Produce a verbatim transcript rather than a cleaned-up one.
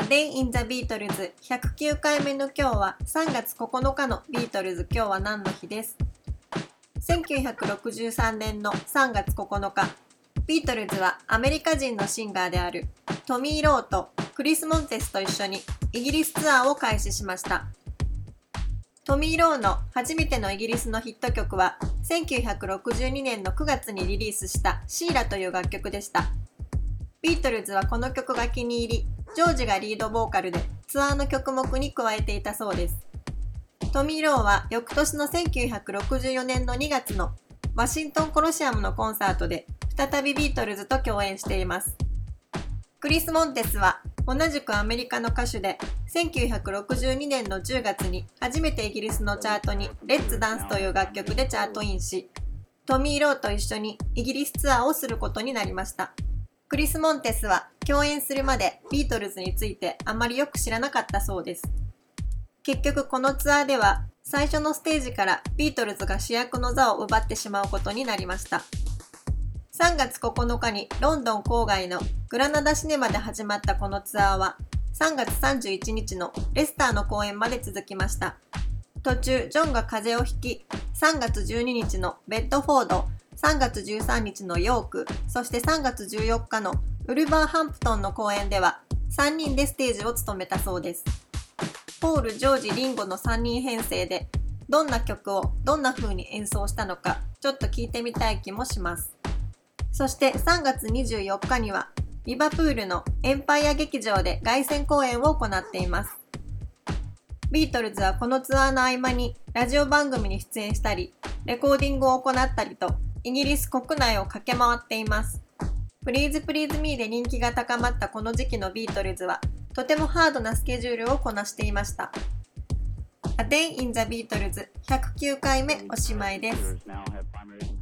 Day in the Beatles ひゃくきゅうかいめの今日はさんがつここのかのビートルズ今日は何の日です。せんきゅうひゃくろくじゅうさんねんのさんがつここのか、ビートルズはアメリカ人のシンガーであるトミー・ローとクリス・モンテスと一緒にイギリスツアーを開始しました。トミー・ローの初めてのイギリスのヒット曲はせんきゅうひゃくろくじゅうにねんのくがつにリリースしたシーラという楽曲でした。ビートルズはこの曲が気に入り、ジョージがリードボーカルでツアーの曲目に加えていたそうです。トミー・ローは翌年のせんきゅうひゃくろくじゅうよねんのにがつのワシントンコロシアムのコンサートで再びビートルズと共演しています。クリス・モンテスは同じくアメリカの歌手でせんきゅうひゃくろくじゅうにねんのじゅうがつに初めてイギリスのチャートにレッツダンスという楽曲でチャートインし、トミー・ローと一緒にイギリスツアーをすることになりました。クリス・モンテスは共演するまでビートルズについてあまりよく知らなかったそうです。結局このツアーでは最初のステージからビートルズが主役の座を奪ってしまうことになりました。さんがつここのかにロンドン郊外のグラナダシネマで始まったこのツアーはさんがつさんじゅういちにちのレスターの公演まで続きました。途中ジョンが風邪をひき、さんがつじゅうににちのベッドフォード、さんがつじゅうさんにちのヨーク、そしてさんがつじゅうよっかのウルバーハンプトンの公演ではさんにんでステージを務めたそうです。ポール、ジョージ、リンゴのさんにん編成でどんな曲をどんな風に演奏したのかちょっと聞いてみたい気もします。そしてさんがつにじゅうよっかにはリバプールのエンパイア劇場で凱旋公演を行っています。ビートルズはこのツアーの合間にラジオ番組に出演したり、レコーディングを行ったりとイギリス国内を駆け回っています。Please Please Me で人気が高まったこの時期のビートルズはとてもハードなスケジュールをこなしていました。A Day in the Beatles ひゃくきゅうかいめおしまいです。